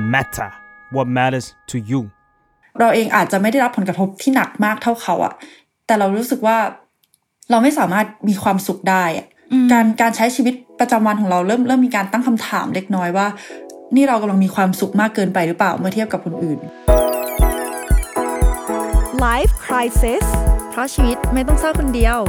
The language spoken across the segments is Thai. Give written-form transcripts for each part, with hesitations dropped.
matter what matters to you เราเองอาจจะไม่ได้รับผลกระทบที่หนักมากเท่าเขาอะแต่เรารู้สึกว่าเราไม่สามารถมีความสุขได้อะการใช้ชีวิตประจำวันของเราเริ่มมีการตั้งคำถามเล็กน้อยว่านี่เรากำลังมีความสุขมากเกินไปหรือเปล่าเมื่อเทียบกับคนอื่น Life Crisis เพราะชีวิตไม่ต้องเศร้าคนเดียว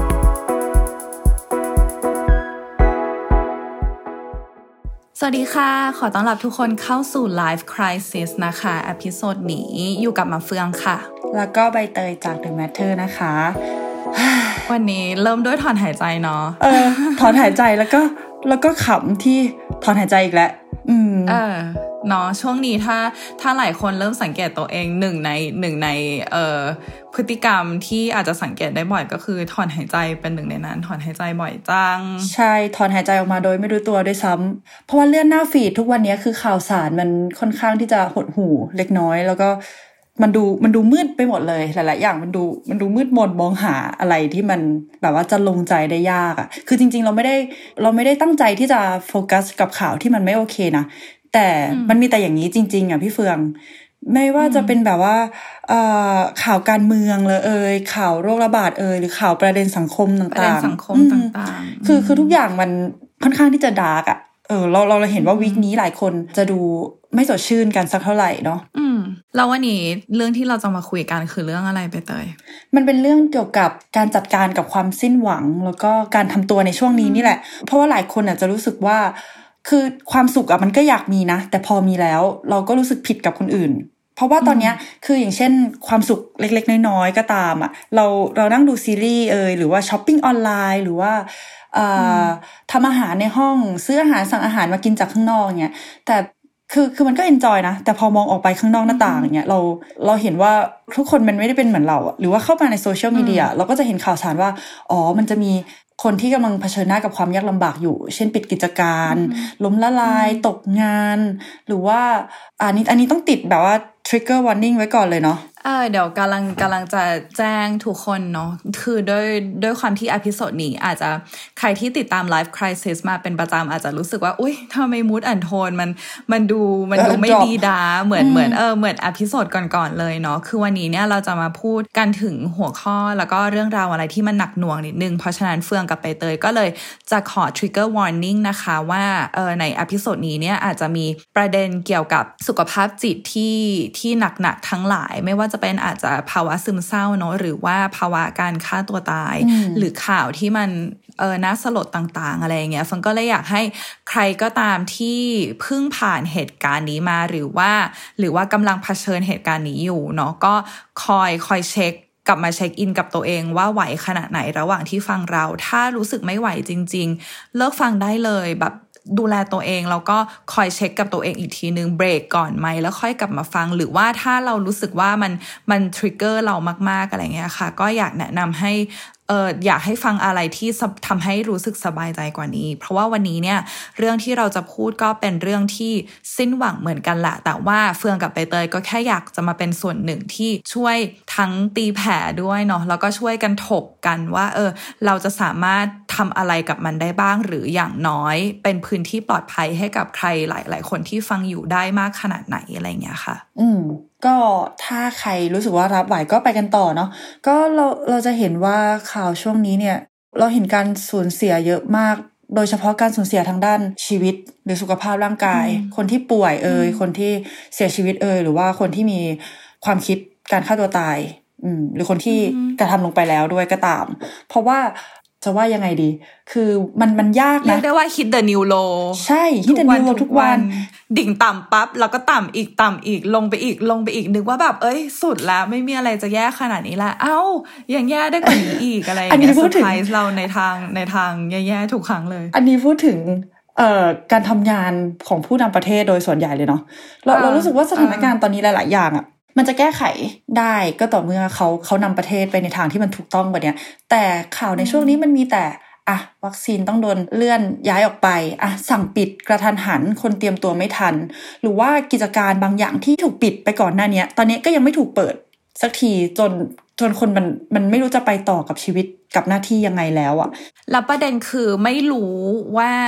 สวัสดีค่ะขอต้อนรับทุกคนเข้าสู่ Life Crisis นะคะเอพิโซดนี้อยู่กับมาเฟืองค่ะแล้วก็ใบเตยจาก The Matter นะคะวันนี้เริ่มด้วยถอนหายใจเนาะถอนหายใจแล้วก็ขำที่ถอนหายใจอีกแล้วเนาะช่วงนี้ถ้าหลายคนเริ่มสังเกตตัวเองหนึ่งในพฤติกรรมที่อาจจะสังเกตได้บ่อยก็คือถอนหายใจเป็นหนึ่งในนั้นถอนหายใจบ่อยจังใช่ถอนหายใจออกมาโดยไม่รู้ตัวด้วยซ้ำเพราะว่าเลื่อนหน้าฟีดทุกวันนี้คือข่าวสารมันค่อนข้างที่จะหดหู่เล็กน้อยแล้วก็มันดูมืดไปหมดเลยหลายๆอย่างมันดูมืดมนมองหาอะไรที่มันแบบว่าจะลงใจได้ยากอ่ะคือจริงๆเราไม่ได้ตั้งใจที่จะโฟกัสกับข่าวที่มันไม่โอเคนะแต่มันมีแต่อย่างนี้จริงๆอ่ะพี่เฟืองไม่ว่าจะเป็นแบบว่าข่าวการเมืองเลยข่าวโรคระบาดหรือข่าวประเด็นสังคมต่างๆประเด็นสังคมต่างๆคือทุกอย่างมันค่อนข้างที่จะดาร์กอ่ะเราเห็นว่าวีคนี้หลายคนจะดูไม่สดชื่นกันสักเท่าไหร่เนาะแล้ววันนี้เรื่องที่เราจะมาคุยกันคือเรื่องอะไรไปเตยมันเป็นเรื่องเกี่ยวกับการจัดการกับความสิ้นหวังแล้วก็การทำตัวในช่วงนี้นี่แหละเพราะว่าหลายคนอาจจะรู้สึกว่าคือความสุขอะมันก็อยากมีนะแต่พอมีแล้วเราก็รู้สึกผิดกับคนอื่นเพราะว่าตอนนี้คืออย่างเช่นความสุขเล็กๆน้อยๆก็ตามอะเรานั่งดูซีรีส์หรือว่าช้อปปิ้งออนไลน์หรือว่าทำอาหารในห้องซื้ออาหารสั่งอาหารมากินจากข้างนอกเงี้ยแต่คือมันก็เอนจอยนะแต่พอมองออกไปข้างนอกหน้าต่างเงี้ยเราเห็นว่าทุกคนมันไม่ได้เป็นเหมือนเราหรือว่าเข้ามาในโซเชียลมีเดียเราก็จะเห็นข่าวสารว่ามันจะมีคนที่กำลังเผชิญหน้ากับความยากลำบากอยู่เช่นปิดกิจการล้มละลายตกงานหรือว่าอันนี้ต้องติดแบบว่า trigger warning ไว้ก่อนเลยเนาะเดี๋ยวกำลังจะแจ้งทุกคนเนาะคือด้วยความที่อพิโซดนี้อาจจะใครที่ติดตาม Life Crisis มาเป็นประจำอาจจะรู้สึกว่าอุ๊ยทำไม mood and tone มันดูไม่ดีดาเหมือนอพิโซดก่อนๆเลยเนาะคือวันนี้เนี่ยเราจะมาพูดกันถึงหัวข้อแล้วก็เรื่องราวอะไรที่มันหนักหน่วงนิดนึงเพราะฉะนั้นเฟืองกับใบเตยก็เลยจะขอ trigger warning นะคะว่าในอพิโซดนี้เนี่ยอาจจะมีประเด็นเกี่ยวกับสุขภาพจิตที่หนักๆทั้งหลายไม่ว่าจะเป็นอาจจะภาวะซึมเศร้าเนาะหรือว่าภาวะการฆ่าตัวตายหรือข่าวที่มันน่าสลดต่างๆอะไรอย่างเงี้ยฟังก็เลยอยากให้ใครก็ตามที่เพิ่งผ่านเหตุการณ์นี้มาหรือว่ากำลังเผชิญเหตุการณ์นี้อยู่เนาะก็คอยเช็คกลับมาเช็คอินกับตัวเองว่าไหวขนาดไหนระหว่างที่ฟังเราถ้ารู้สึกไม่ไหวจริงๆเลิกฟังได้เลยแบบดูแลตัวเองแล้วก็คอยเช็คกับตัวเองอีกทีนึงเบรกก่อนไหมแล้วค่อยกลับมาฟังหรือว่าถ้าเรารู้สึกว่ามันทริกเกอร์เรามากๆอะไรเงี้ยค่ะก็อยากแนะนำให้อยากให้ฟังอะไรที่ทำให้รู้สึกสบายใจกว่านี้เพราะว่าวันนี้เนี่ยเรื่องที่เราจะพูดก็เป็นเรื่องที่สิ้นหวังเหมือนกันแหละแต่ว่าเฟืองกับใบเตยก็แค่อยากจะมาเป็นส่วนหนึ่งที่ช่วยทั้งตีแผ่ด้วยเนาะแล้วก็ช่วยกันถกกันว่าเราจะสามารถทำอะไรกับมันได้บ้างหรืออย่างน้อยเป็นพื้นที่ปลอดภัยให้กับใครหลายๆคนที่ฟังอยู่ได้มากขนาดไหนอะไรเงี้ยค่ะก็ถ้าใครรู้สึกว่ารับไหวก็ไปกันต่อเนาะก็เราจะเห็นว่าข่าวช่วงนี้เนี่ยเราเห็นการสูญเสียเยอะมากโดยเฉพาะการสูญเสียทางด้านชีวิตหรือสุขภาพร่างกายคนที่ป่วยคนที่เสียชีวิตหรือว่าคนที่มีความคิดการฆ่าตัวตายหรือคนที่กระทำลงไปแล้วด้วยก็ตามเพราะว่าจะว่ายังไงดีคือมันยากนะเรียกได้ว่า hit the new low ใช่ hit the new low ทุกวันดิ่งต่ำปั๊บแล้วก็ต่ำอีกลงไปอีกนึกว่าแบบสุดแล้วไม่มีอะไรจะแย่ขนาดนี้ละยังแย่ได้กว่านี้อีกอะไรอย่างเงี้ยเซอร์ไพรส์เราในทางแย่ๆทุกครั้งเลยอันนี้พูดถึงการทำงานของผู้นำประเทศโดยส่วนใหญ่เลยเนาะเรารู้สึกว่าสถานการณ์ตอนนี้หลายๆอย่างอ่ะมันจะแก้ไขได้ก็ต่อเมื่อเขานำประเทศไปในทางที่มันถูกต้องกว่านี้แต่ข่าวในช่วงนี้มันมีแต่วัคซีนต้องโดนเลื่อนย้ายออกไปสั่งปิดกระทันหันคนเตรียมตัวไม่ทันหรือว่ากิจการบางอย่างที่ถูกปิดไปก่อนหน้านี้ตอนนี้ก็ยังไม่ถูกเปิดสักทีจนคนมันไม่รู้จะไปต่อกับชีวิตกับหน้าที่ยังไงแล้วแล้วประเด็นคือไม่รู้ว่า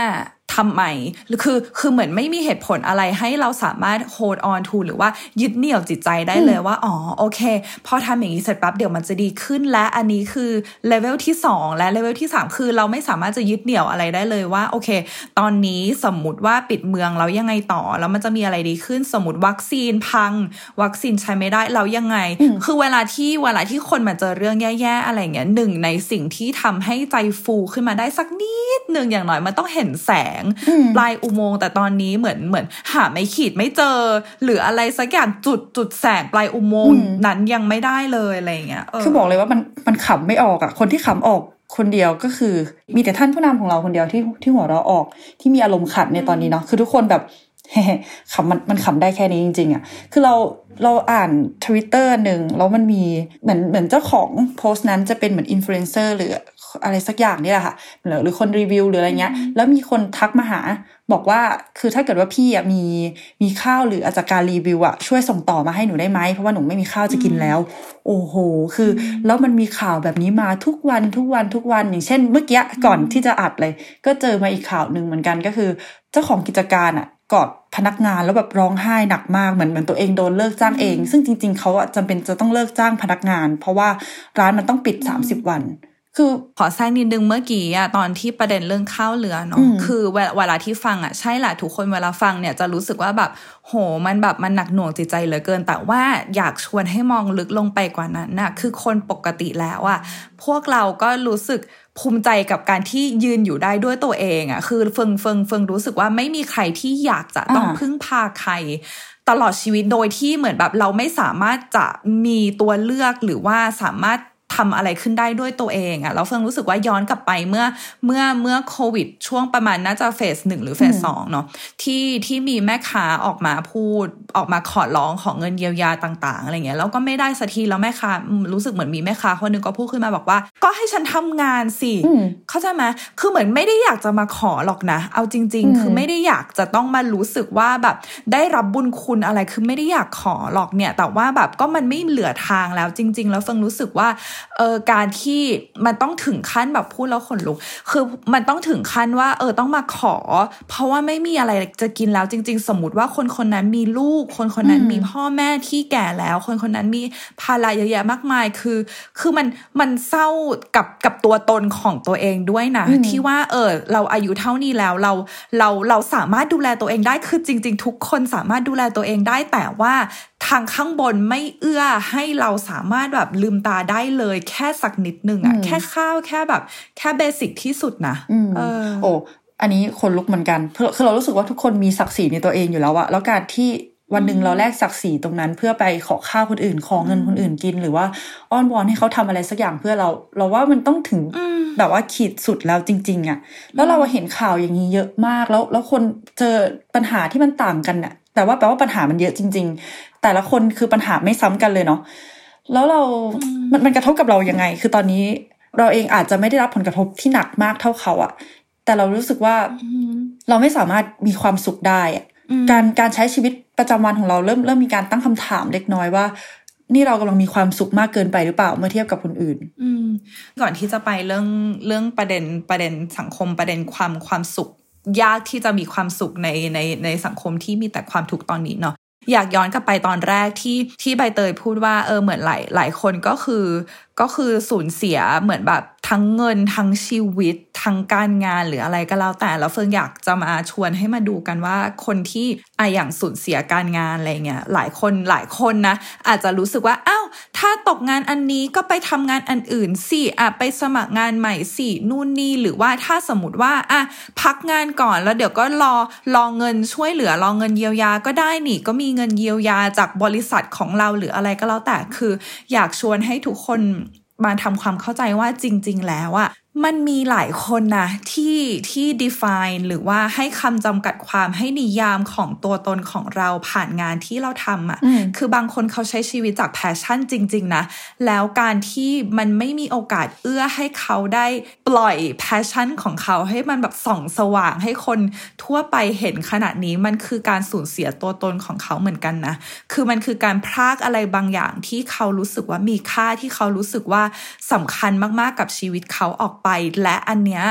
ทำไมคือเหมือนไม่มีเหตุผลอะไรให้เราสามารถ hold on to หรือว่ายึดเหนี่ยวจิตใจได้เลยว่าอ๋อโอเคพอทำอย่างนี้เสร็จปั๊บเดี๋ยวมันจะดีขึ้นและอันนี้คือเลเวลที่2และเลเวลที่3คือเราไม่สามารถจะยึดเหนี่ยวอะไรได้เลยว่าโอเคตอนนี้สมมุติว่าปิดเมืองแล้วยังไงต่อแล้วมันจะมีอะไรดีขึ้นสมมุติวัคซีนพังวัคซีนใช้ไม่ได้เรายังไงคือเวลาที่คนมาเจอเรื่องแย่ๆอะไรเงี้ยหนึ่งในสิ่งที่ทำให้ใจฟูขึ้นมาได้สักนิดนึงอย่างน้อยมันต้องเห็นแสงปลายอุโมงค์แต่ตอนนี้เหมือนหาไม่ขีดไม่เจอหรืออะไรสักอย่างจุดแสงปลายอุโมงค์นั้นยังไม่ได้เลยอะไรเงี้ยคือบอกเลยว่ามันขำไม่ออกอ่ะคนที่ขำออกคนเดียวก็คือมีแต่ท่านผู้นำของเราคนเดียวที่หัวเราะออกที่มีอารมณ์ขันในตอนนี้เนาะคือทุกคนแบบขำมันขำได้แค่นี้จริงๆอ่ะคือเราอ่าน Twitter นึงแล้วมันมีเหมือนเจ้าของโพสต์นั้นจะเป็นเหมือนอินฟลูเอนเซอร์หรืออะไรสักอย่างนี่แหละค่ะหรือคนรีวิวหรืออะไรเงี้ยแล้วมีคนทักมาหาบอกว่าคือถ้าเกิดว่าพี่อ่ะมีข้าวหรืออาจจะการรีวิวอ่ะช่วยส่งต่อมาให้หนูได้ไหมเพราะว่าหนูไม่มีข้าวจะกินแล้วโอ้โหคือแล้วมันมีข่าวแบบนี้มาทุกวันอย่างเช่นเมื่อกี้ก่อนที่จะอัดเลยก็เจอมาอีกข่าวนึงเหมือนกันก็คือเจ้าของกิจการอ่ะกอดพนักงานแล้วแบบร้องไห้หนักมากเหมือนตัวเองโดนเลิกจ้างเองซึ่งจริงๆเขาจำเป็นจะต้องเลิกจ้างพนักงานเพราะว่าร้านมันต้องปิด30วันคือขอแทรกนิดนึงเมื่อกี้ตอนที่ประเด็นเรื่องข้าวเหลือเนาะคือเวลาที่ฟังใช่แหละทุกคนเวลาฟังเนี่ยจะรู้สึกว่าแบบโหมันแบบมันหนักหน่วงจิตใจเหลือเกินแต่ว่าอยากชวนให้มองลึกลงไปกว่านั้นน่ะคือคนปกติแล้วพวกเราก็รู้สึกภูมิใจกับการที่ยืนอยู่ได้ด้วยตัวเองคือเฟิงรู้สึกว่าไม่มีใครที่อยากจะต้องพึ่งพาใครตลอดชีวิตโดยที่เหมือนแบบเราไม่สามารถจะมีตัวเลือกหรือว่าสามารถทำอะไรขึ้นได้ด้วยตัวเองแล้วเฟิงรู้สึกว่าย้อนกลับไปเมื่อโควิดช่วงประมาณน่าจะเฟส1หรือเฟส2เนาะที่มีแม่ค้าออกมาพูดออกมาขอร้องของเงินเยียวยาต่างๆอะไรเงี้ยแล้วก็ไม่ได้สักทีแล้วแม่ค้ารู้สึกเหมือนมีแม่ค้าคนนึงก็พูดขึ้นมาบอกว่าก็ให้ฉันทำงานสิเข้าใจไหมคือเหมือนไม่ได้อยากจะมาขอหรอกนะเอาจริงๆคือไม่ได้อยากจะต้องมารู้สึกว่าแบบได้รับบุญคุณอะไรคือไม่ได้อยากขอหรอกเนี่ยแต่ว่าแบบก็มันไม่เหลือทางแล้วจริงๆแล้วเฟิงรู้สึกว่าการที่มันต้องถึงขั้นแบบพูดแล้วขนลุกคือมันต้องถึงขั้นว่าต้องมาขอเพราะว่าไม่มีอะไรจะกินแล้วจริงๆสมมติว่าคนนั้นมีลูกคนนั้นมีพ่อแม่ที่แก่แล้วคนนั้นมีภาระเยอะแยะมากมายคือมันเศร้ากับตัวตนของตัวเองด้วยนะที่ว่าเราอายุเท่านี้แล้วเราสามารถดูแลตัวเองได้คือจริงๆทุกคนสามารถดูแลตัวเองได้แต่ว่าทางข้างบนไม่เอื้อให้เราสามารถแบบลืมตาได้เลยแค่สักนิดนึงแค่ข้าวแค่แบบแค่เบสิกที่สุดนะโอ้อันนี้คนลุกเหมือนกันคือเรารู้สึกว่าทุกคนมีศักดิ์ศรีในตัวเองอยู่แล้วแล้วการที่วันหนึ่งเราแลกศักดิ์ศรีตรงนั้นเพื่อไปขอข้าวคนอื่นขอเงินคนอื่นกินหรือว่าอ้อนวอนให้เขาทำอะไรสักอย่างเพื่อเราว่ามันต้องถึงแบบว่าขีดสุดแล้วจริงๆแล้วเราเห็นข่าวอย่างนี้เยอะมากแล้วคนเจอปัญหาที่มันต่างกันแต่ว่าแปลว่าปัญหามันเยอะจริงๆแต่ละคนคือปัญหาไม่ซ้ำกันเลยเนาะแล้วมันกระทบกับเรายังไงคือตอนนี้เราเองอาจจะไม่ได้รับผลกระทบที่หนักมากเท่าเขาแต่เรารู้สึกว่าเราไม่สามารถมีความสุขได้การใช้ชีวิตประจำวันของเราเริ่มมีการตั้งคำถามเล็กน้อยว่านี่เรากำลังมีความสุขมากเกินไปหรือเปล่าเมื่อเทียบกับคนอื่นก่อนที่จะไปเรื่องประเด็นสังคมประเด็นความสุขยากที่จะมีความสุขในสังคมที่มีแต่ความทุกข์ตอนนี้เนาะอยากย้อนกลับไปตอนแรกที่ใบเตยพูดว่าเหมือนหลายคนก็คือสูญเสียเหมือนแบบทั้งเงินทั้งชีวิตทั้งการงานหรืออะไรก็แล้วแต่แล้วเฟิงอยากจะมาชวนให้มาดูกันว่าคนที่อย่างสูญเสียการงานอะไรเงี้ยหลายคนนะอาจจะรู้สึกว่าอ้าวถ้าตกงานอันนี้ก็ไปทำงานอันอื่นสิไปสมัครงานใหม่สินู่นนี่หรือว่าถ้าสมมติว่าพักงานก่อนแล้วเดี๋ยวก็รอเงินช่วยเหลือรอเงินเยียวยาก็ได้นี่ก็มีเงินเยียวยาจากบริษัทของเราหรืออะไรก็แล้วแต่คืออยากชวนให้ทุกคนมาทำความเข้าใจว่าจริงๆแล้วมันมีหลายคนนะที่ define หรือว่าให้คำจำกัดความให้นิยามของตัวตนของเราผ่านงานที่เราทำคือบางคนเขาใช้ชีวิตจาก passion จริงๆนะแล้วการที่มันไม่มีโอกาสเอื้อให้เขาได้ปล่อย passion ของเขาให้มันแบบส่องสว่างให้คนทั่วไปเห็นขนาดนี้มันคือการสูญเสียตัวตนของเขาเหมือนกันนะคือมันคือการพรากอะไรบางอย่างที่เขารู้สึกว่ามีค่าที่เขารู้สึกว่าสำคัญมากๆกับชีวิตเขาออกไปและอันเนี้ย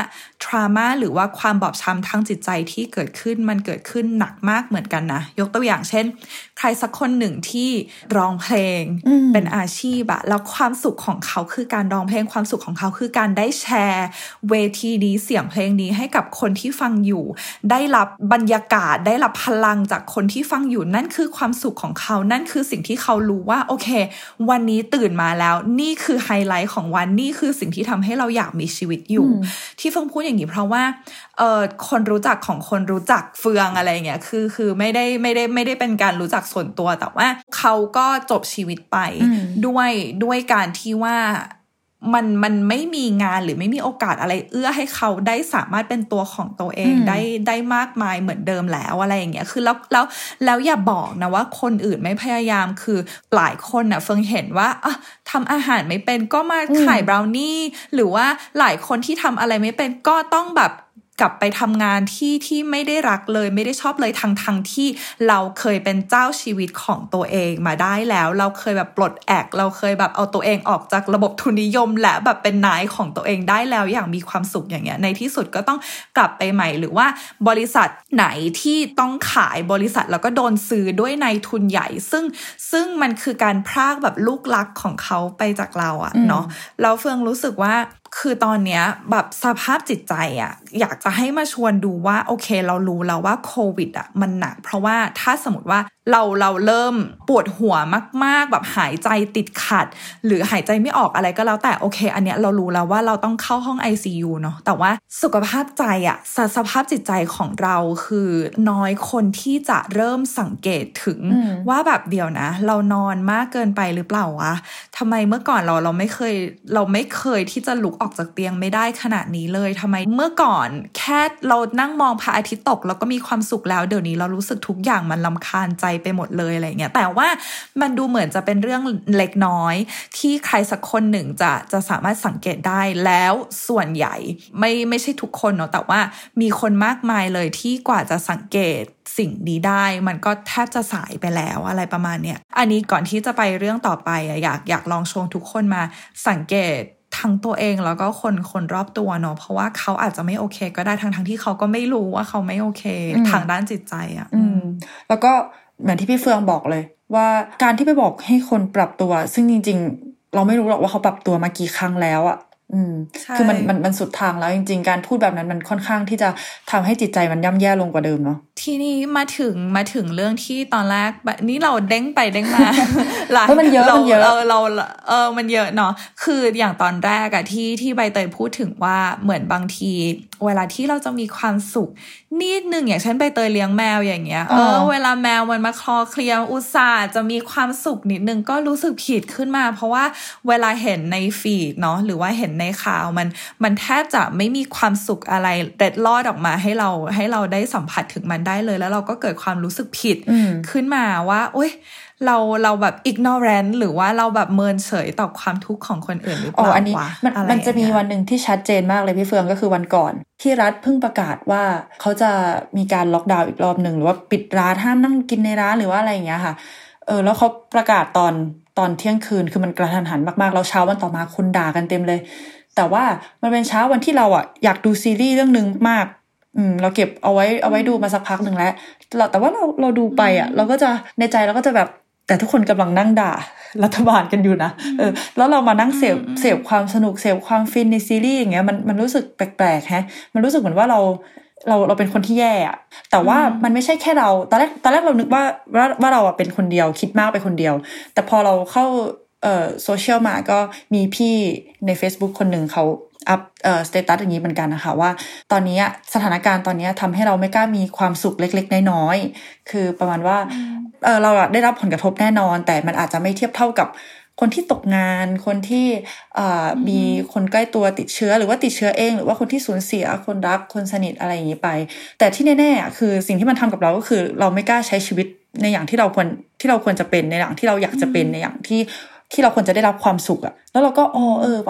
ทรามาหรือว่าความบอบช้ำทางจิตใจที่เกิดขึ้นมันเกิดขึ้นหนักมากเหมือนกันนะยกตัวอย่างเช่นใครสักคนหนึ่งที่ร้องเพลงเป็นอาชีพอะแล้วความสุขของเขาคือการร้องเพลงความสุขของเขาคือการได้แชร์เวทีนี้เสียงเพลงนี้ให้กับคนที่ฟังอยู่ได้รับบรรยากาศได้รับพลังจากคนที่ฟังอยู่นั่นคือความสุขของเขานั่นคือสิ่งที่เขารู้ว่าโอเควันนี้ตื่นมาแล้วนี่คือไฮไลท์ของวันนี่คือสิ่งที่ทำให้เราอยากมีชีวิตอยู่ที่เฟิงพูดอย่างนี้เพราะว่าคนรู้จักของคนรู้จักเฟืองอะไรเงี้ยคือไม่ได้เป็นการรู้จักส่วนตัวแต่ว่าเขาก็จบชีวิตไปด้วยการที่ว่ามันไม่มีงานหรือไม่มีโอกาสอะไรเอื้อให้เขาได้สามารถเป็นตัวของตัวเองได้มากมายเหมือนเดิมแล้วอะไรอย่างเงี้ยคือแล้วอย่าบอกนะว่าคนอื่นไม่พยายามคือหลายคนน่ะเฟิงเห็นว่าทำอาหารไม่เป็นก็มาขายบราวนี่หรือว่าหลายคนที่ทำอะไรไม่เป็นก็ต้องแบบกลับไปทำงานที่ไม่ได้รักเลยไม่ได้ชอบเลยทั้งที่เราเคยเป็นเจ้าชีวิตของตัวเองมาได้แล้วเราเคยแบบปลดแอกเราเคยแบบเอาตัวเองออกจากระบบทุนนิยมและแบบเป็นนายของตัวเองได้แล้วอย่างมีความสุขอย่างเงี้ยในที่สุดก็ต้องกลับไปใหม่หรือว่าบริษัทไหนที่ต้องขายบริษัทแล้วก็โดนซื้อด้วยนายทุนใหญ่ซึ่งมันคือการพรากแบบลูกรักของเขาไปจากเราอะเนาะเราเฟืองรู้สึกว่าคือตอนเนี้ยแบบสภาพจิตใจอะอยากจะให้มาชวนดูว่าโอเคเรารู้แล้วว่าโควิดอะมันหนักเพราะว่าถ้าสมมติว่าเราเริ่มปวดหัวมากๆแบบหายใจติดขัดหรือหายใจไม่ออกอะไรก็แล้วแต่โอเคอันเนี้ยเรารู้แล้วว่าเราต้องเข้าห้อง ICU เนาะแต่ว่าสุขภาพใจอะสภาพจิตใจของเราคือน้อยคนที่จะเริ่มสังเกตถึงว่าแบบเดียวนะเรานอนมากเกินไปหรือเปล่าวะทำไมเมื่อก่อนเราไม่เคยที่จะลุกออกจากเตียงไม่ได้ขนาดนี้เลยทำไมเมื่อก่อนแค่เรานั่งมองพระอาทิตย์ตกแล้วก็มีความสุขแล้วเดี๋ยวนี้เรารู้สึกทุกอย่างมันรำคาญใจไปหมดเลยอะไรเงี้ยแต่ว่ามันดูเหมือนจะเป็นเรื่องเล็กน้อยที่ใครสักคนหนึ่งจะสามารถสังเกตได้แล้วส่วนใหญ่ไม่ใช่ทุกคนเนาะแต่ว่ามีคนมากมายเลยที่กว่าจะสังเกตสิ่งนี้ได้มันก็แทบจะสายไปแล้วอะไรประมาณเนี้ยอันนี้ก่อนที่จะไปเรื่องต่อไปอยากลองชวนทุกคนมาสังเกตทั้งตัวเองแล้วก็คนรอบตัวเนาะเพราะว่าเขาอาจจะไม่โอเคก็ได้ทั้งที่เขาก็ไม่รู้ว่าเขาไม่โอเคทางด้านจิตใจอ่ะแล้วก็เหมือนที่พี่เฟืองบอกเลยว่าการที่ไปบอกให้คนปรับตัวซึ่งจริงๆเราไม่รู้หรอกว่าเขาปรับตัวมากี่ครั้งแล้วอ่ะคือมันสุดทางแล้วจริงๆการพูดแบบนั้นมันค่อนข้างที่จะทำให้จิตใจมันย่ำแย่ลงกว่าเดิมเนาะทีนี้มาถึงเรื่องที่ตอนแรกแบบนี้เราเด้งไปเด้งมาเพราะมันเยอะเรามันเยอะเนาะคืออย่างตอนแรกอะที่ใบเตยพูดถึงว่าเหมือนบางทีเวลาที่เราจะมีความสุขนิดนึงอย่างเช่นใบเตยเลี้ยงแมวอย่างเงี้ยเวลาแมวมันมาคลอเคลียร์อุตส่าห์จะมีความสุขนิดนึงก็รู้สึกผิดขึ้นมาเพราะว่าเวลาเห็นในฟีดเนาะหรือว่าเห็นในข่าวมันแทบจะไม่มีความสุขอะไรเด็ดลอดออกมาให้เราได้สัมผัสถึงมันได้เลยแล้วเราก็เกิดความรู้สึกผิดขึ้นมาว่าโอ๊ยเราแบบ ignorant หรือว่าเราแบบเมินเฉยต่อความทุกข์ของคนอื่นหรือเปล่าอันนี้มันจะมีวันนึงที่ชัดเจนมากเลยพี่เฟืองก็คือวันก่อนที่รัฐเพิ่งประกาศว่าเขาจะมีการล็อกดาวน์อีกรอบนึงหรือว่าปิดร้านห้ามนั่งกินในร้านหรือว่าอะไรอย่างเงี้ยค่ะแล้วเขาประกาศตอนเที่ยงคืนคือมันกระทันหันมากๆแล้วเช้าวันต่อมาคนด่ากันเต็มเลยแต่ว่ามันเป็นเช้าวันที่เราอ่ะอยากดูซีรีส์เรื่องนึงมากเราเก็บเอาไว้ดูมาสักพักนึงแล้วแต่ว่าเราดูไปอ่ะเราก็จะในใจเราก็จะแบบแต่ทุกคนกำลังนั่งด่ารัฐบาลกันอยู่นะแล้วเรามานั่งเสพความสนุกเสพความฟินในซีรีส์อย่างเงี้ยมันรู้สึกแปลกๆฮะมันรู้สึกเหมือนว่าเราเป็นคนที่แย่อะแต่ว่ามันไม่ใช่แค่เราตอนแรกเรานึกว่าเราเป็นคนเดียวคิดมากไปคนเดียวแต่พอเราเข้าโซเชียลมาก็มีพี่ใน Facebook คนหนึ่งเขาอัพสเตตัสอย่างนี้เหมือนกันนะคะว่าตอนนี้สถานการณ์ตอนนี้ทำให้เราไม่กล้ามีความสุขเล็กๆน้อยๆคือประมาณว่าเราได้รับผลกระทบแน่นอนแต่มันอาจจะไม่เทียบเท่ากับคนที่ตกงานคนที่มีคนใกล้ตัวติดเชื้อหรือว่าติดเชื้อเองหรือว่าคนที่สูญเสียคนรักคนสนิทอะไรอย่างนี้ไปแต่ที่แน่ๆคือสิ่งที่มันทำกับเราก็คือเราไม่กล้าใช้ชีวิตในอย่างที่เราควรจะเป็นในอย่างที่เราอยากจะเป็นในอย่างที่เราควรจะได้รับความสุขแล้วเราก็ว่ะค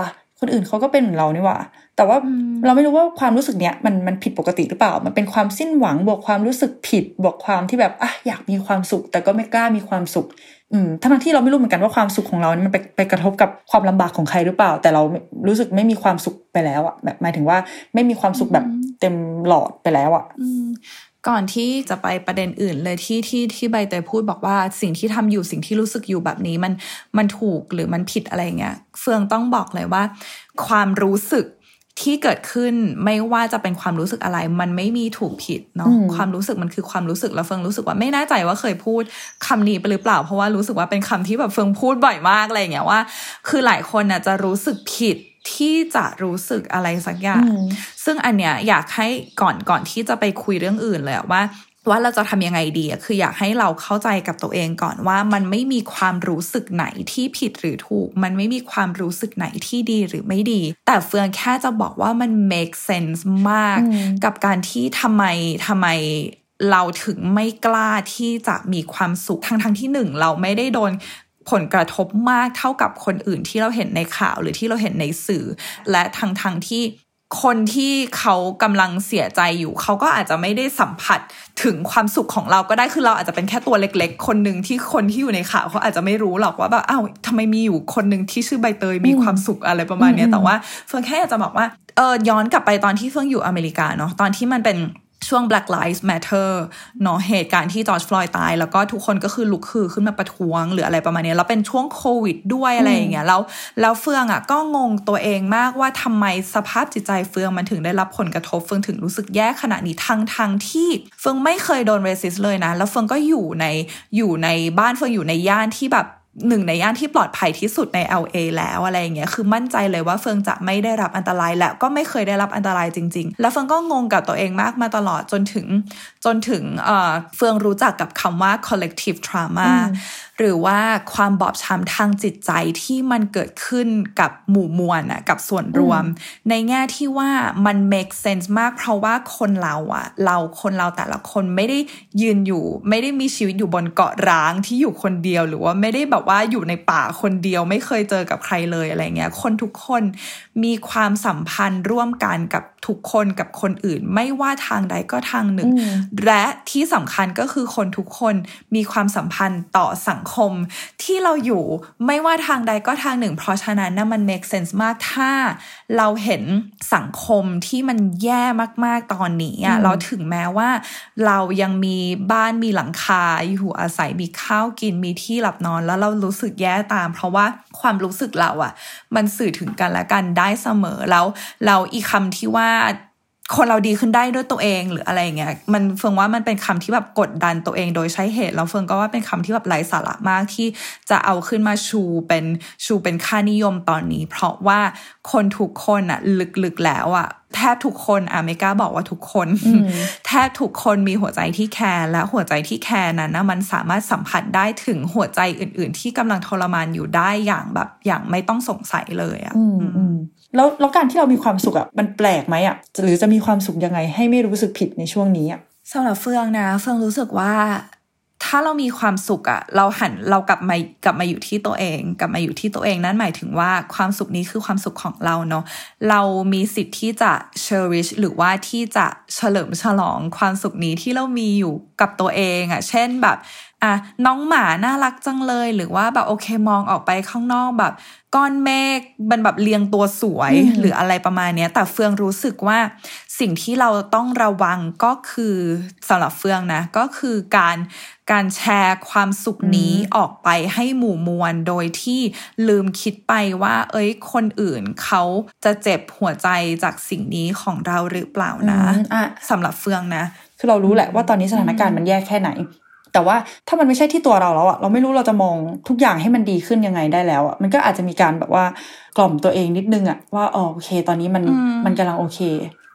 คนอื่นเขาก็เป็นเหมือนเรานี่หว่าแต่ว่าเราไม่รู้ว่าความรู้สึกเนี้ยมันผิดปกติหรือเปล่ามันเป็นความสิ้นหวังบวกความรู้สึกผิดบวกความที่แบบอยากมีความสุขแต่ก็ไม่กล้ามีความสุขทั้งที่เราไม่รู้เหมือนกันว่าความสุขของเรานี่มันไปกระทบกับความลำบากของใครหรือเปล่าแต่เรารู้สึกไม่มีความสุขไปแล้วอ่ะแบบหมายถึงว่าไม่มีความสุขแบบเต็มหลอดไปแล้วอ่ะก่อนที่จะไปประเด็นอื่นเลยที่ใบเตยพูดบอกว่าสิ่งที่ทำอยู่สิ่งที่รู้สึกอยู่แบบนี้มันถูกหรือมันผิดอะไรเงี้ยเฟืองต้องบอกเลยว่าความรู้สึกที่เกิดขึ้นไม่ว่าจะเป็นความรู้สึกอะไรมันไม่มีถูกผิดเนาะความรู้สึกมันคือความรู้สึกแล้วเฟืองรู้สึกว่าไม่แน่ใจว่าเคยพูดคำนี้ไปหรือเปล่าเพราะว่ารู้สึกว่าเป็นคำที่แบบเฟืองพูดบ่อยมากอะไรอย่างเงี้ยว่าคือหลายคนน่ะจะรู้สึกผิดที่จะรู้สึกอะไรสักอย่างซึ่งอันเนี้ยอยากให้ก่อนที่จะไปคุยเรื่องอื่นเลยว่าเราจะทำยังไงดีคืออยากให้เราเข้าใจกับตัวเองก่อนว่ามันไม่มีความรู้สึกไหนที่ผิดหรือถูกมันไม่มีความรู้สึกไหนที่ดีหรือไม่ดีแต่เฟืองแค่จะบอกว่ามัน make sense มากกับการที่ทำไมเราถึงไม่กล้าที่จะมีความสุขทั้งที่หนึ่งเราไม่ได้โดนผลกระทบมากเท่ากับคนอื่นที่เราเห็นในข่าวหรือที่เราเห็นในสื่อและทั้งที่คนที่เขากำลังเสียใจอยู่เขาก็อาจจะไม่ได้สัมผัสถึงความสุขของเราก็ได้คือเราอาจจะเป็นแค่ตัวเล็กๆคนนึงที่คนที่อยู่ในข่าวเขาอาจจะไม่รู้หรอกว่าแบบอ้าวทำไมมีอยู่คนนึงที่ชื่อใบเตยมีความสุขอะไรประมาณนี้แต่ว่าเฟื่องแค่อยากจะบอกว่าย้อนกลับไปตอนที่เฟื่องอยู่อเมริกาเนาะตอนที่มันเป็นช่วง Black Lives Matter เนาะเหตุการณ์ที่จอร์จฟลอยด์ตายแล้วก็ทุกคนก็คือลุกฮือขึ้นมาประท้วงหรืออะไรประมาณนี้แล้วเป็นช่วงโควิดด้วยอะไรอย่างเงี้ยแล้วเฟืองก็งงตัวเองมากว่าทำไมสภาพจิตใจเฟืองมันถึงได้รับผลกระทบเฟืองถึงรู้สึกแย่ขนาดนี้ทั้งที่เฟืองไม่เคยโดนเรสิสเลยนะแล้วเฟืองก็อยู่ในบ้านเฟืองอยู่ในย่านที่แบบหนึ่งในย่านที่ปลอดภัยที่สุดใน LA แล้วอะไรอย่างเงี้ยคือมั่นใจเลยว่าเฟืองจะไม่ได้รับอันตรายและก็ไม่เคยได้รับอันตรายจริงๆแล้วเฟืองก็งงกับตัวเองมากมาตลอดจนถึงเฟืองรู้จักกับคำว่า collective trauma หรือว่าความบอบช้ำทางจิตใจที่มันเกิดขึ้นกับหมู่มวลกับส่วนรวมในแง่ที่ว่ามัน make sense มากเพราะว่าคนเราแต่ละคนไม่ได้ยืนอยู่ไม่ได้มีชีวิตอยู่บนเกาะร้างที่อยู่คนเดียวหรือว่าไม่ได้แบบว่าอยู่ในป่าคนเดียวไม่เคยเจอกับใครเลยอะไรเงี้ยคนทุกคนมีความสัมพันธ์ร่วมกันกับทุกคนกับคนอื่นไม่ว่าทางใดก็ทางหนึ่งและที่สำคัญก็คือคนทุกคนมีความสัมพันธ์ต่อสังคมที่เราอยู่ไม่ว่าทางใดก็ทางหนึ่งเพราะฉะนั้นมัน make sense มากถ้าเราเห็นสังคมที่มันแย่มากๆตอนนี้เราถึงแม้ว่าเรายังมีบ้านมีหลังคาอยู่อาศัยมีข้าวกินมีที่หลับนอนแล้วเรารู้สึกแย่ตามเพราะว่าความรู้สึกเรามันสื่อถึงกันและกันได้เสมอแล้วอีกคำที่ว่าคนเราดีขึ้นได้ด้วยตัวเองหรืออะไรอย่างเงี้ยมันเฟืองว่ามันเป็นคำที่แบบกดดันตัวเองโดยใช้เหตุแล้วเฟืองก็ว่าเป็นคำที่แบบไร้สาระมากที่จะเอาขึ้นมาชูเป็นค่านิยมตอนนี้เพราะว่าคนทุกคนลึกๆแล้วแทบทุกคนไม่กล้าบอกว่าทุกคนแทบทุกคนมีหัวใจที่แคร์และหัวใจที่แคร์นั้นมันสามารถสัมผัสได้ถึงหัวใจอื่นๆที่กำลังทรมานอยู่ได้อย่างไม่ต้องสงสัยเลยแล้วการที่เรามีความสุขมันแปลกไหมหรือจะมีความสุขยังไงให้ไม่รู้สึกผิดในช่วงนี้สำหรับเฟืองรู้สึกว่าถ้าเรามีความสุขเรากลับมาอยู่ที่ตัวเองกลับมาอยู่ที่ตัวเองนั่นหมายถึงว่าความสุขนี้คือความสุขของเราเนาะเรามีสิทธิ์ที่จะ cherish หรือว่าที่จะเฉลิมฉลองความสุขนี้ที่เรามีอยู่กับตัวเองเช่นแบบน้องหมาน่ารักจังเลยหรือว่าแบบโอเคมองออกไปข้างนอกแบบก้อนเมฆมันแบบเรียงตัวสวยหรืออะไรประมาณนี้แต่เฟืองรู้สึกว่าสิ่งที่เราต้องระวังก็คือสำหรับเฟืองนะก็คือการแชร์ความสุขนี้ออกไปให้หมู่มวลโดยที่ลืมคิดไปว่าคนอื่นเขาจะเจ็บหัวใจจากสิ่งนี้ของเราหรือเปล่านะสำหรับเฟืองนะคือเรารู้แหละว่าตอนนี้สถานการณ์มันแย่แค่ไหนแต่ว่าถ้ามันไม่ใช่ที่ตัวเราแล้วเราไม่รู้เราจะมองทุกอย่างให้มันดีขึ้นยังไงได้แล้วมันก็อาจจะมีการแบบว่ากล่อมตัวเองนิดนึงว่าโอเคตอนนี้มันกำลังโอเค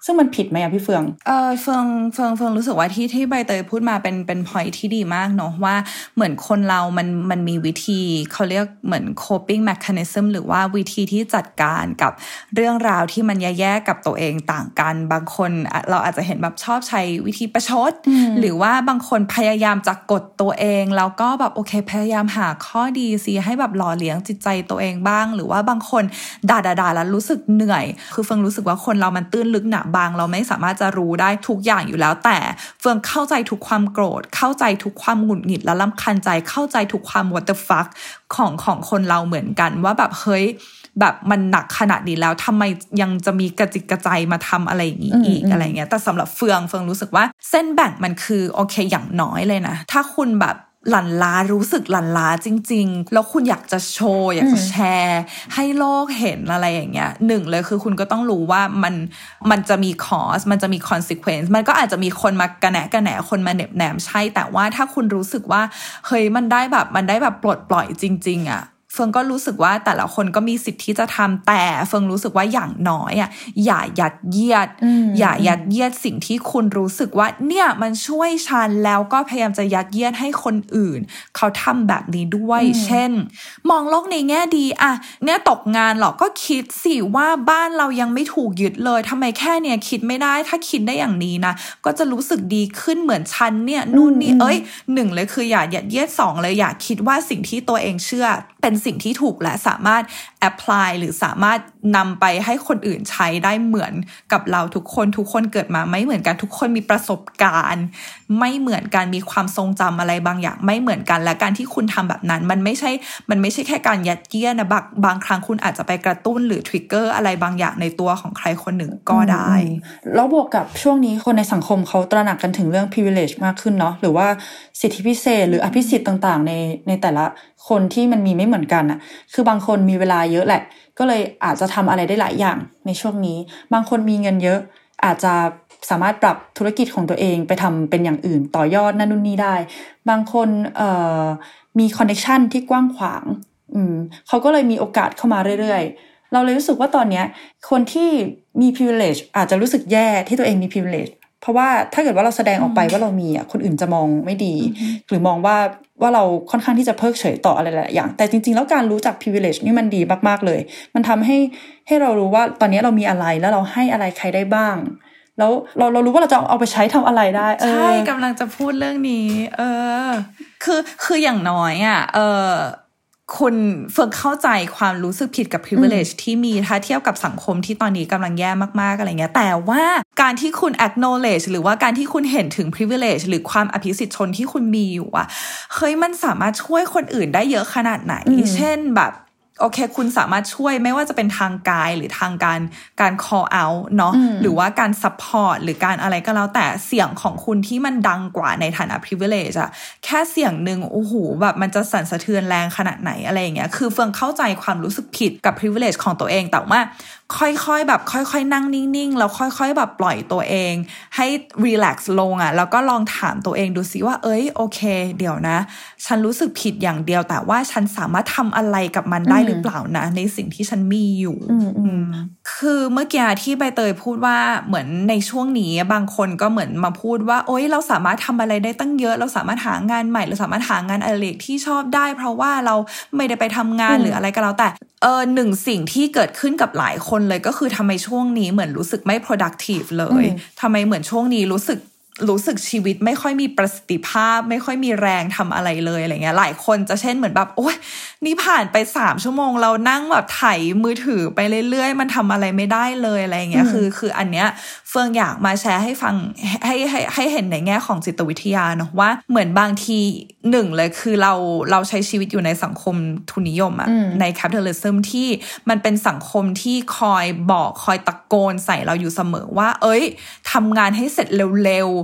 ซึ่งมันผิดไหมอะพี่เฟืองเฟืองรู้สึกว่าที่ใบเตยพูดมาเป็น point ที่ดีมากเนาะว่าเหมือนคนเรามันมีวิธีเขาเรียกเหมือน coping mechanism หรือว่าวิธีที่จัดการกับเรื่องราวที่มันแย่ๆกับตัวเองต่างกันบางคนเราอาจจะเห็นแบบชอบใช้วิธีประชดหรือว่าบางคนพยายามจะกดตัวเองแล้วก็แบบโอเคพยายามหาข้อดีสิให้แบบหล่อเลี้ยงจิตใจตัวเองบ้างหรือว่าบางคนด่าแล้วรู้สึกเหนื่อยคือเฟืองรู้สึกว่าคนเรามันตื้นลึกหนาบางเราไม่สามารถจะรู้ได้ทุกอย่างอยู่แล้วแต่เฟืองเข้าใจทุกความโกรธเข้าใจทุกความหงุดหงิดและรำคาญใจเข้าใจทุกความ what the fuck ของคนเราเหมือนกันว่าแบบเฮ้ยแบบมันหนักขนาดนี้แล้วทำไมยังจะมีกระจิกกระใจมาทำอะไรอย่างนี้อีกอะไรเงี้ยแต่สำหรับเฟืองรู้สึกว่าเส้นแบ่งมันคือโอเคอย่างน้อยเลยนะถ้าคุณแบบหลั่นล้ารู้สึกหลั่นล้าจริงๆแล้วคุณอยากจะโชว์อยากจะแชร์ให้โลกเห็นอะไรอย่างเงี้ยหนึ่งเลยคือคุณก็ต้องรู้ว่ามันจะมีคอสมันจะมี consequence มันก็อาจจะมีคนมากระแหนคนมาเหน็บแหนมใช่แต่ว่าถ้าคุณรู้สึกว่าเฮ้ยมันได้แบบปลดปล่อยจริงๆอ่ะเฟิงก็รู้สึกว่าแต่ละคนก็มีสิทธิ์ที่จะทำแต่เฟิงรู้สึกว่าอย่างน้อยอ่ะอย่ายัดเยียดสิ่งที่คุณรู้สึกว่าเนี่ยมันช่วยฉันแล้วก็พยายามจะยัดเยียดให้คนอื่นเขาทำแบบนี้ด้วยเช่นมองโลกในแง่ดีอ่ะเนี่ยตกงานหรอกก็คิดสิว่าบ้านเรายังไม่ถูกยึดเลยทำไมแค่เนี่ยคิดไม่ได้ถ้าคิดได้อย่างนี้นะก็จะรู้สึกดีขึ้นเหมือนฉันเนี่ยนู่นนี่หนึ่งเลยคืออย่ายัดเยียดสองเลยอย่าคิดว่าสิ่งที่ตัวเองเชื่อเป็นสิ่งที่ถูกและสามารถ apply หรือสามารถนำไปให้คนอื่นใช้ได้เหมือนกับเราทุกคนเกิดมาไม่เหมือนกันทุกคนมีประสบการณ์ไม่เหมือนกันมีความทรงจำอะไรบางอย่างไม่เหมือนกันและการที่คุณทำแบบนั้นมันไม่ใช่แค่การยัดเยียดนะบางครั้งคุณอาจจะไปกระตุ้นหรือทริกเกอร์อะไรบางอย่างในตัวของใครคนหนึ่งก็ได้แล้วบวกกับช่วงนี้คนในสังคมเขาตระหนักกันถึงเรื่อง privilege มากขึ้นเนาะหรือว่าสิทธิพิเศษหรืออภิสิทธิ์ต่างๆในแต่ละคนที่มันมีไม่เหมือนกันอ่ะคือบางคนมีเวลาเยอะแหละก็เลยอาจจะทำอะไรได้หลายอย่างในช่วงนี้บางคนมีเงินเยอะอาจจะสามารถปรับธุรกิจของตัวเองไปทำเป็นอย่างอื่นต่อยอดนั่นนู่นนี่ได้บางคนมีคอนเนคชั่นที่กว้างขวางเขาก็เลยมีโอกาสเข้ามาเรื่อยๆเราเลยรู้สึกว่าตอนนี้คนที่มี privilege อาจจะรู้สึกแย่ที่ตัวเองมี privilege เพราะว่าถ้าเกิดว่าเราแสดงออกไปว่าเรามีคนอื่นจะมองไม่ดีหรือมองว่าเราค่อนข้างที่จะเพิกเฉยต่ออะไรหลายอย่างแต่จริงๆแล้วการรู้จัก privilege นี่มันดีมากๆเลยมันทำให้เรารู้ว่าตอนนี้เรามีอะไรแล้วเราให้อะไรใครได้บ้างแล้วเรารู้ว่าเราจะเอาไปใช้ทำอะไรได้ใช่กำลังจะพูดเรื่องนี้คืออย่างน้อยอ่ะคุณเฟิงเข้าใจความรู้สึกผิดกับ privilege ที่มีถ้าเทียบกับสังคมที่ตอนนี้กำลังแย่มากๆอะไรเงี้ยแต่ว่าการที่คุณ acknowledge หรือว่าการที่คุณเห็นถึง privilege หรือความอภิสิทธิชนที่คุณมีอยู่อ่ะเฮ้ยมันสามารถช่วยคนอื่นได้เยอะขนาดไหนเช่นแบบโอเคคุณสามารถช่วยไม่ว่าจะเป็นทางกายหรือทางการ call out เนาะหรือว่าการ support หรือการอะไรก็แล้วแต่เสียงของคุณที่มันดังกว่าในฐานะ privilege อะแค่เสียงนึงโอ้โหแบบมันจะสั่นสะเทือนแรงขนาดไหนอะไรอย่างเงี้ยคือเฟืองเข้าใจความรู้สึกผิดกับ privilege ของตัวเองแต่ว่าค่อยๆนั่งนิ่งๆแล้วค่อยๆแบบปล่อยตัวเองให้ relax ลงอ่ะแล้วก็ลองถามตัวเองดูสิว่าโอเคเดี๋ยวนะฉันรู้สึกผิดอย่างเดียวแต่ว่าฉันสามารถทำอะไรกับมันได้หรือเปล่านะในสิ่งที่ฉันมีอยู่คือเมื่อกี้ที่ใบเตยพูดว่าเหมือนในช่วงนี้บางคนก็เหมือนมาพูดว่าเราสามารถทำอะไรได้ตั้งเยอะเราสามารถหางานใหม่เราสามารถหางานอดิเรกที่ชอบได้เพราะว่าเราไม่ได้ไปทำงานหรืออะไรก็แล้วแต่หนึ่งสิ่งที่เกิดขึ้นกับหลายคนเลยก็คือทำไมช่วงนี้เหมือนรู้สึกไม่ productive เลยทำไมเหมือนช่วงนี้รู้สึกชีวิตไม่ค่อยมีประสิทธิภาพไม่ค่อยมีแรงทำอะไรเลยอะไรเงี้ยหลายคนจะเช่นเหมือนแบบโอ๊ยนี่ผ่านไป3ชั่วโมงเรานั่งแบบไถมือถือไปเรื่อยๆมันทำอะไรไม่ได้เลยอะไรเงี้ยคืออันเนี้ยเฟืองอยากมาแชร์ให้ฟังให้เห็นในแง่ของจิตวิทยาเนาะว่าเหมือนบางทีหนึ่งเลยคือเราใช้ชีวิตอยู่ในสังคมทุนนิยมอะใน capitalism ที่มันเป็นสังคมที่คอยตะโกนใส่เราอยู่เสมอว่าทำงานให้เสร็จเร็ว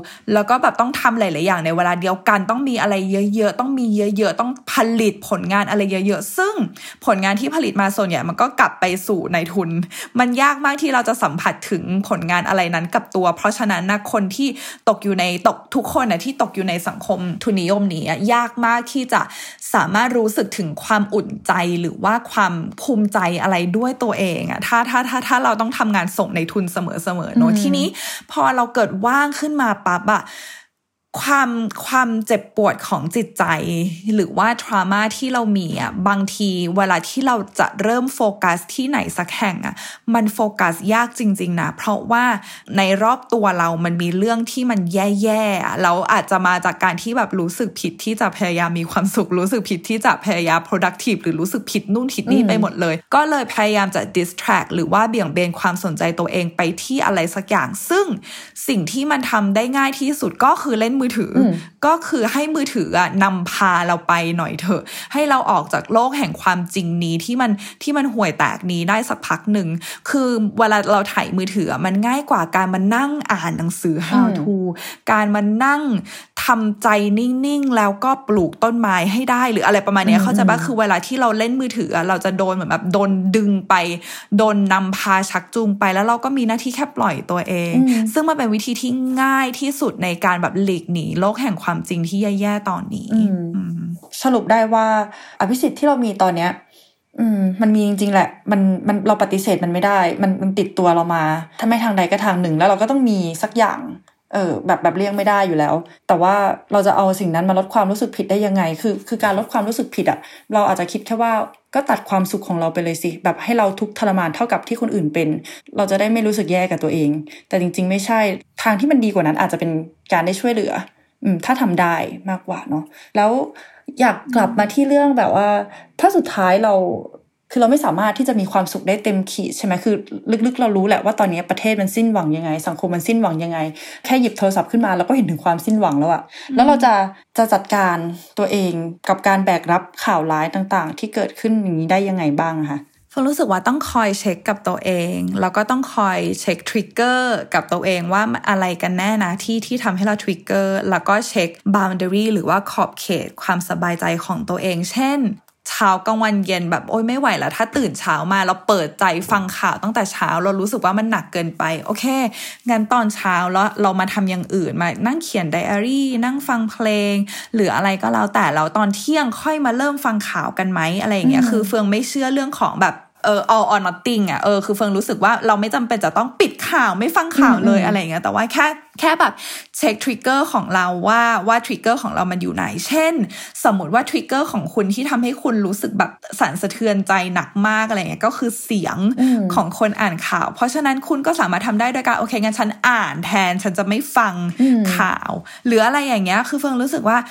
แล้วก็แบบต้องทำหลายๆอย่างในเวลาเดียวกันต้องมีอะไรเยอะๆต้องมีเยอะๆต้องผลิตผลงานอะไรเยอะๆซึ่งผลงานที่ผลิตมาส่วนใหญ่มันก็กลับไปสู่นายทุนมันยากมากที่เราจะสัมผัสถึงผลงานอะไรนั้นกับตัวเพราะฉะนั้นนะคนที่ทุกคนนะที่ตกอยู่ในสังคมทุนนิยมนี้ยากมากที่จะสามารถรู้สึกถึงความอุ่นใจหรือว่าความภูมิใจอะไรด้วยตัวเองอะถ้าเราต้องทำงานส่งในทุนเสมอเนอะทีนี้พอเราเกิดว่างขึ้นมาปั๊บอะความเจ็บปวดของจิตใจหรือว่า trauma ที่เรามีอ่ะบางทีเวลาที่เราจะเริ่มโฟกัสที่ไหนสักแห่งอ่ะมันโฟกัสยากจริงๆนะเพราะว่าในรอบตัวเรามันมีเรื่องที่มันแย่ๆเราอาจจะมาจากการที่แบบรู้สึกผิดที่จะพยายามมีความสุขรู้สึกผิดที่จะพยายาม productive หรือรู้สึกผิดนู่นผิดนี่ไปหมดเลยก็เลยพยายามจะ distract หรือว่าเบี่ยงเบนความสนใจตัวเองไปที่อะไรสักอย่างซึ่งสิ่งที่มันทำได้ง่ายที่สุดก็คือเล่นมือถือก็คือให้มือถือนำพาเราไปหน่อยเถอะให้เราออกจากโลกแห่งความจริงนี้ที่มันห่วยแตกนี้ได้สักพักหนึ่งคือเวลาเราถ่ายมือถือมันง่ายกว่าการมานั่งอ่านหนังสือ how to การมานั่งทำใจนิ่งๆแล้วก็ปลูกต้นไม้ให้ได้หรืออะไรประมาณนี้เข้าใจป่ะคือเวลาที่เราเล่นมือถือเราจะโดนเหมือนแบบโดนดึงไปโดนนำพาชักจูงไปแล้วเราก็มีหน้าที่แค่ปล่อยตัวเองซึ่งมันเป็นวิธีที่ง่ายที่สุดในการแบบหลีกหนีโลกแห่งความจริงที่แย่ๆตอนนี้สรุปได้ว่าอภิสิทธิ์ที่เรามีตอนเนี้ยมันมีจริงๆแหละมันเราปฏิเสธมันไม่ได้มันติดตัวเรามาถ้าไม่ทางใดก็ทางหนึ่งแล้วเราก็ต้องมีสักอย่างแบบเลี่ยงไม่ได้อยู่แล้วแต่ว่าเราจะเอาสิ่งนั้นมาลดความรู้สึกผิดได้ยังไงคือการลดความรู้สึกผิดเราอาจจะคิดแค่ว่าก็ตัดความสุขของเราไปเลยสิแบบให้เราทุกข์ทรมานเท่ากับที่คนอื่นเป็นเราจะได้ไม่รู้สึกแย่กับตัวเองแต่จริงๆไม่ใช่ทางที่มันดีกว่านั้นอาจจะเป็นการได้ช่วยเหลือถ้าทำได้มากกว่าเนาะแล้วอยากกลับมาที่เรื่องแบบว่าถ้าสุดท้ายเราไม่สามารถที่จะมีความสุขได้เต็มขีดใช่ไหมคือลึกๆเรารู้แหละว่าตอนนี้ประเทศมันสิ้นหวังยังไงสังคมมันสิ้นหวังยังไงแค่หยิบโทรศัพท์ขึ้นมาเราก็เห็นถึงความสิ้นหวังแล้วอะแล้วเราจะจัดการตัวเองกับการแบกรับข่าวร้ายต่างๆที่เกิดขึ้นอย่างนี้ได้ยังไงบ้างคะผมรู้สึกว่าต้องคอยเช็คกับตัวเองแล้วก็ต้องคอยเช็คทริกเกอร์กับตัวเองว่าอะไรกันแน่นะที่ทำให้เราทริกเกอร์แล้วก็เช็ค boundary หรือว่าขอบเขตความสบายใจของตัวเองเช่นเช้ากลางวันเย็นแบบโอ๊ยไม่ไหวแล้วถ้าตื่นเช้ามาเราเปิดใจฟังข่าวตั้งแต่เช้าเรารู้สึกว่ามันหนักเกินไปโอเคงั้นตอนเช้าแล้วเรามาทำอย่างอื่นมานั่งเขียนไดอารี่นั่งฟังเพลงหรืออะไรก็แล้วแต่เราตอนเที่ยงค่อยมาเริ่มฟังข่าวกันไหมอะไรอย่างเงี้ยคือเฟืองไม่เชื่อเรื่องของแบบall or nothing คือเฟิงรู้สึกว่าเราไม่จำเป็นจะต้องปิดข่าวไม่ฟังข่าวเลยอะไรอย่างเงี้ยแต่ว่าแค่แบบเช็คทริกเกอร์ของเราว่าทริกเกอร์ของเรามันอยู่ไหนเช่นสมมติว่าทริกเกอร์ของคุณที่ทำให้คุณรู้สึกแบบสั่นสะเทือนใจหนักมากอะไรเงี้ยก็คือเสียงของคนอ่านข่าวเพราะฉะนั้นคุณก็สามารถทำได้โดยการโอเคงั้นฉันอ่านแทนฉันจะไม่ฟังข่าวหรืออะไรอย่างเงี้ยคือเฟิงรู้สึกว่า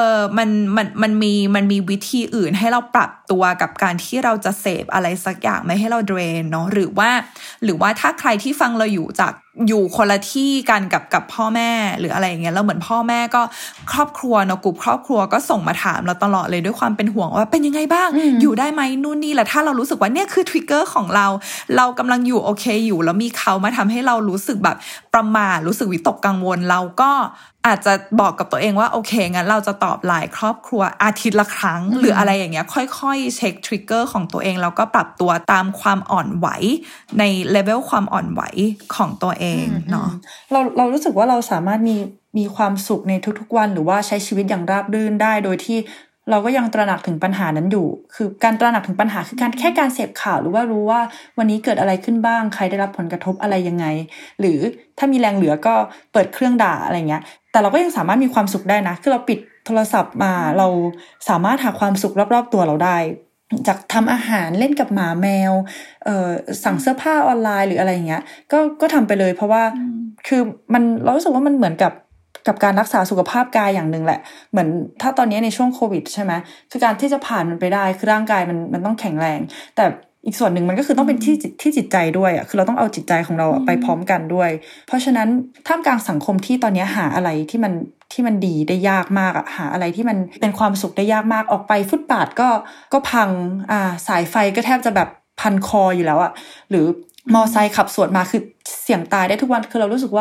มันมีวิธีอื่นให้เราปรับตัวกับการที่เราจะเสพอะไรสักอย่างไม่ให้เราเดรนเนาะหรือว่าถ้าใครที่ฟังเราอยู่คนละที่กันกับพ่อแม่หรืออะไรอย่างเงี้ยแล้วเหมือนพ่อแม่ก็ครอบครัวเนาะกลุ่มครอบครัวก็ส่งมาถามเราตลอดเลยด้วยความเป็นห่วงว่าเป็นยังไงบ้างอยู่ได้ไหมนู่นนี่แหละถ้าเรารู้สึกว่าเนี่ยคือทริกเกอร์ของเรากำลังอยู่โอเคอยู่แล้วมีเขามาทำให้เรารู้สึกแบบประหม่ารู้สึกวิตกกังวลเราก็อาจจะบอกกับตัวเองว่าโอเคงั้นเราจะตอบไลน์ครอบครัวอาทิตย์ละครั้งหรืออะไรอย่างเงี้ยค่อยๆเช็คทริกเกอร์ของตัวเองแล้วก็ปรับตัวตามความอ่อนไหวในเลเวลความอ่อนไหวของตัวเองเนาะเรารู้สึกว่าเราสามารถมีความสุขในทุกๆวันหรือว่าใช้ชีวิตอย่างราบรื่นได้โดยที่เราก็ยังตระหนักถึงปัญหานั้นอยู่คือการตระหนักถึงปัญหาคือการเสพข่าวหรือว่ารู้ว่าวันนี้เกิดอะไรขึ้นบ้างใครได้รับผลกระทบอะไรยังไงหรือถ้ามีแรงเหลือก็เปิดเครื่องด่าอะไรเงี้ยแต่เราก็ยังสามารถมีความสุขได้นะคือเราปิดโทรศัพท์มาเราสามารถหาความสุขรอบๆตัวเราได้จากทำอาหารเล่นกับหมาแมวสั่งเสื้อผ้าออนไลน์หรืออะไรอย่างเงี้ยก็ทำไปเลยเพราะว่าคือเรารู้สึกว่ามันเหมือนกับการรักษาสุขภาพกายอย่างนึงแหละเหมือนถ้าตอนนี้ในช่วงโควิดใช่ไหมคือการที่จะผ่านมันไปได้คือร่างกายมันต้องแข็งแรงแต่อีกส่วนหนึ่งมันก็คือต้องเป็นที่จิตใจด้วยคือเราต้องเอาจิตใจของเราไปพร้อมกันด้วยเพราะฉะนั้นท่ามกลางสังคมที่ตอนนี้หาอะไรที่มันดีได้ยากมากหาอะไรที่มันเป็นความสุขได้ยากมากออกไปฟุตบาทก็พังสายไฟก็แทบจะแบบพันคออยู่แล้วหรือมอไซค์ขับสวนมาคือเสี่ยงตายได้ทุกวันคือเรารู้สึกว่า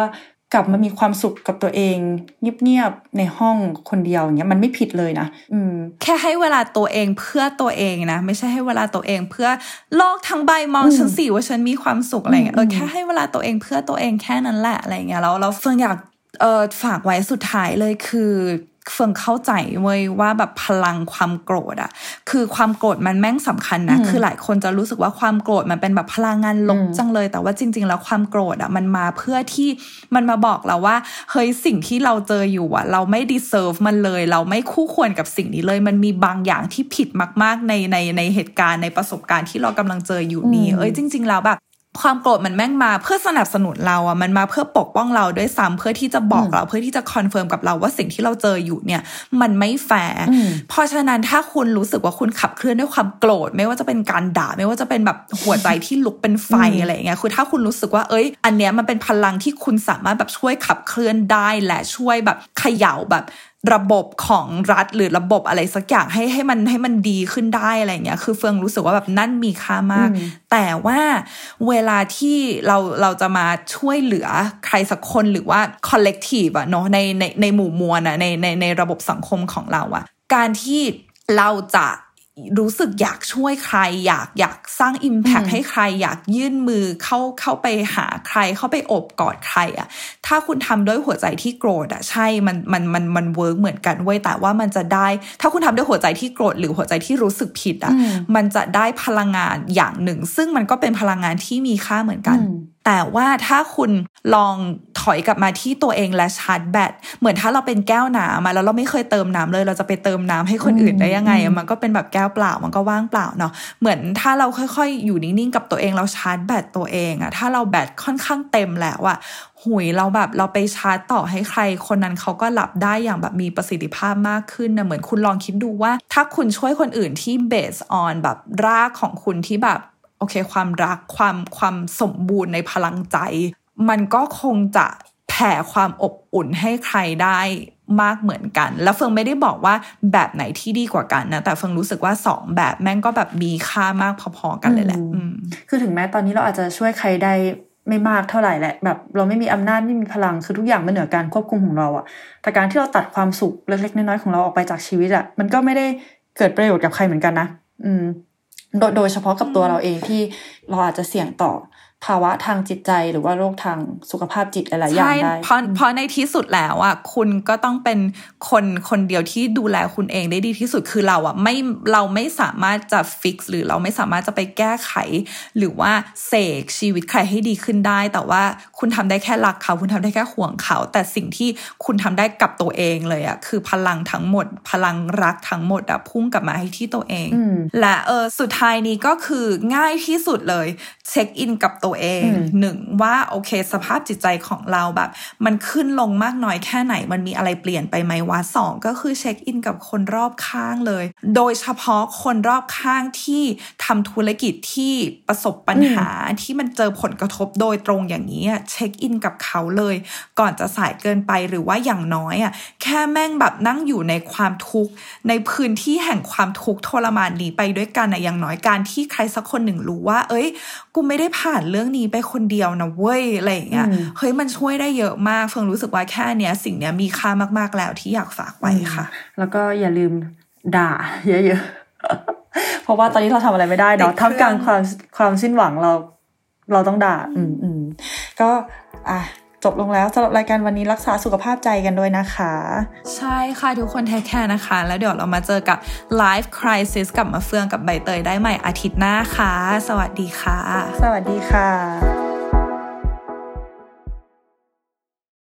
กลับมามีความสุขกับตัวเองเงียบๆในห้องคนเดียวอย่างเงี้ยมันไม่ผิดเลยนะแค่ให้เวลาตัวเองเพื่อตัวเองนะไม่ใช่ให้เวลาตัวเองเพื่อโลกทั้งใบมองฉันสิว่าฉันมีความสุขอะไรเงี้ยแค่ให้เวลาตัวเองเพื่อตัวเองแค่นั้นแหละอะไรเงี้ยแล้วเราเฟิงอยากฝากไว้สุดท้ายเลยคือเฟิงเข้าใจเว้ยว่าแบบพลังความโกรธอะคือความโกรธมันแม่งสำคัญนะคือหลายคนจะรู้สึกว่าความโกรธมันเป็นแบบพลังงานลบจังเลยแต่ว่าจริงๆแล้วความโกรธอะมันมาเพื่อที่มันมาบอกเราว่าเฮ้ยสิ่งที่เราเจออยู่อะเราไม่ deserve มันเลยเราไม่คู่ควรกับสิ่งนี้เลยมันมีบางอย่างที่ผิดมากๆในเหตุการณ์ในประสบการณ์ที่เรากำลังเจออยู่นี่จริงๆแล้วแบบความโกรธมันแม่งมาเพื่อสนับสนุนเราอ่ะมันมาเพื่อปกป้องเราด้วยซ้ำเพื่อที่จะบอกเราเพื่อที่จะคอนเฟิร์มกับเราว่าสิ่งที่เราเจออยู่เนี่ยมันไม่แฟร์เพราะฉะนั้นถ้าคุณรู้สึกว่าคุณขับเคลื่อนด้วยความโกรธไม่ว่าจะเป็นการด่าไม่ว่าจะเป็นแบบหัวใจที่ลุกเป็นไฟอะไรอย่างเงี้ยคือถ้าคุณรู้สึกว่าอันเนี้ยมันเป็นพลังที่คุณสามารถแบบช่วยขับเคลื่อนได้และช่วยแบบเขย่าแบบระบบของรัฐหรือระบบอะไรสักอย่างให้มันดีขึ้นได้อะไรเงี้ยคือเฟืองรู้สึกว่าแบบนั่นมีค่ามากแต่ว่าเวลาที่เราจะมาช่วยเหลือใครสักคนหรือว่า collective อะเนาะในหมู่มวลอะในระบบสังคมของเราอะการที่เราจะรู้สึกอยากช่วยใครอยากสร้าง impact ให้ใครอยากยื่นมือเข้าไปหาใครเข้าไปโอบกอดใครอ่ะถ้าคุณทำด้วยหัวใจที่โกรธอ่ะใช่มันเวิร์กเหมือนกันเว้ยแต่ว่ามันจะได้ถ้าคุณทำด้วยหัวใจที่โกรธหรือหัวใจที่รู้สึกผิดอ่ะมันจะได้พลังงานอย่างหนึ่งซึ่งมันก็เป็นพลังงานที่มีค่าเหมือนกันแต่ว่าถ้าคุณลองถอยกลับมาที่ตัวเองและชาร์จแบตเหมือนถ้าเราเป็นแก้วน้ำมาแล้วเราไม่เคยเติมน้ำเลยเราจะไปเติมน้ำให้คนอื่นได้ยังไงมันก็เป็นแบบแก้วเปล่ามันก็ว่างเปล่าเนาะเหมือนถ้าเราค่อยๆอยู่นิ่งๆกับตัวเองเราชาร์จแบตตัวเองอะถ้าเราแบตค่อนข้างเต็มแล้วอะหุยเราแบบเราไปชาร์จต่อให้ใครคนนั้นเขาก็หลับได้อย่างแบบมีประสิทธิภาพมากขึ้นนะเหมือนคุณลองคิดดูว่าถ้าคุณช่วยคนอื่นที่เบสออนแบบรากของคุณที่แบบโอเคความรักความสมบูรณ์ในพลังใจมันก็คงจะแผ่ความอบอุ่นให้ใครได้มากเหมือนกันแล้วเฟิงไม่ได้บอกว่าแบบไหนที่ดีกว่ากันนะแต่เฟิงรู้สึกว่า2แบบแม่งก็แบบมีค่ามากพอๆกันเลยแหละคือถึงแม้ตอนนี้เราอาจจะช่วยใครได้ไม่มากเท่าไหร่แหละแบบเราไม่มีอำนาจไม่มีพลังคือทุกอย่างมันเหนือการควบคุมของเราอะแต่การที่เราตัดความสุขเล็กๆน้อยๆของเราออกไปจากชีวิตอะมันก็ไม่ได้เกิดประโยชน์กับใครเหมือนกันนะโดยเฉพาะกับตัวเราเองที่เราอาจจะเสี่ยงต่อภาวะทางจิตใจหรือว่าโรคทางสุขภาพจิตอะไรอย่างได้เพราะในที่สุดแล้วอ่ะคุณก็ต้องเป็นคนเดียวที่ดูแลคุณเองได้ดีที่สุดคือเราอ่ะเราไม่สามารถจะฟิกซ์หรือเราไม่สามารถจะไปแก้ไขหรือว่าเสกชีวิตใครให้ดีขึ้นได้แต่ว่าคุณทำได้แค่รักเขาคุณทำได้แค่ห่วงเขาแต่สิ่งที่คุณทำได้กับตัวเองเลยอ่ะคือพลังทั้งหมดพลังรักทั้งหมดอ่ะพุ่งกลับมาให้ที่ตัวเองและสุดท้ายนี้ก็คือง่ายที่สุดเลยเช็คอินกับตัวเอง1ว่าโอเคสภาพจิตใจของเราแบบมันขึ้นลงมากน้อยแค่ไหนมันมีอะไรเปลี่ยนไปไหมวะ2ก็คือเช็คอินกับคนรอบข้างเลยโดยเฉพาะคนรอบข้างที่ทำธุรกิจที่ประสบปัญหาที่มันเจอผลกระทบโดยตรงอย่างนี้เช็คอินกับเขาเลยก่อนจะสายเกินไปหรือว่าอย่างน้อยแค่แม่งแบบนั่งอยู่ในความทุกข์ในพื้นที่แห่งความทุกข์ทรมานนี้ไปด้วยกันอย่างน้อยการที่ใครสักคนหนึ่งรู้ว่ากูไม่ได้ผ่านเรื่องนี้ไปคนเดียวนะเว้ยอะไรอย่างเงี้ยเฮ้ยมันช่วยได้เยอะมากเฟิงรู้สึกว่าแค่เนี้ยสิ่งเนี้ยมีค่ามากๆแล้วที่อยากฝากไว้ค่ะแล้วก็อย่าลืมด่าเยอะๆเพราะว่าตอนนี้เราทำอะไรไม่ได้เนาะท่ามกลางความสิ้นหวังเราต้องด่าก็จบลงแล้วสำหรับรายการวันนี้รักษาสุขภาพใจกันด้วยนะคะใช่ค่ะทุกคนแท้แค่นะคะแล้วเดี๋ยวเรามาเจอกับ Life Crisis กับมะเฟืองกับใบเตยได้ใหม่อาทิตย์หน้าค่ะสวัสดีค่ะสวัสดีค่ะ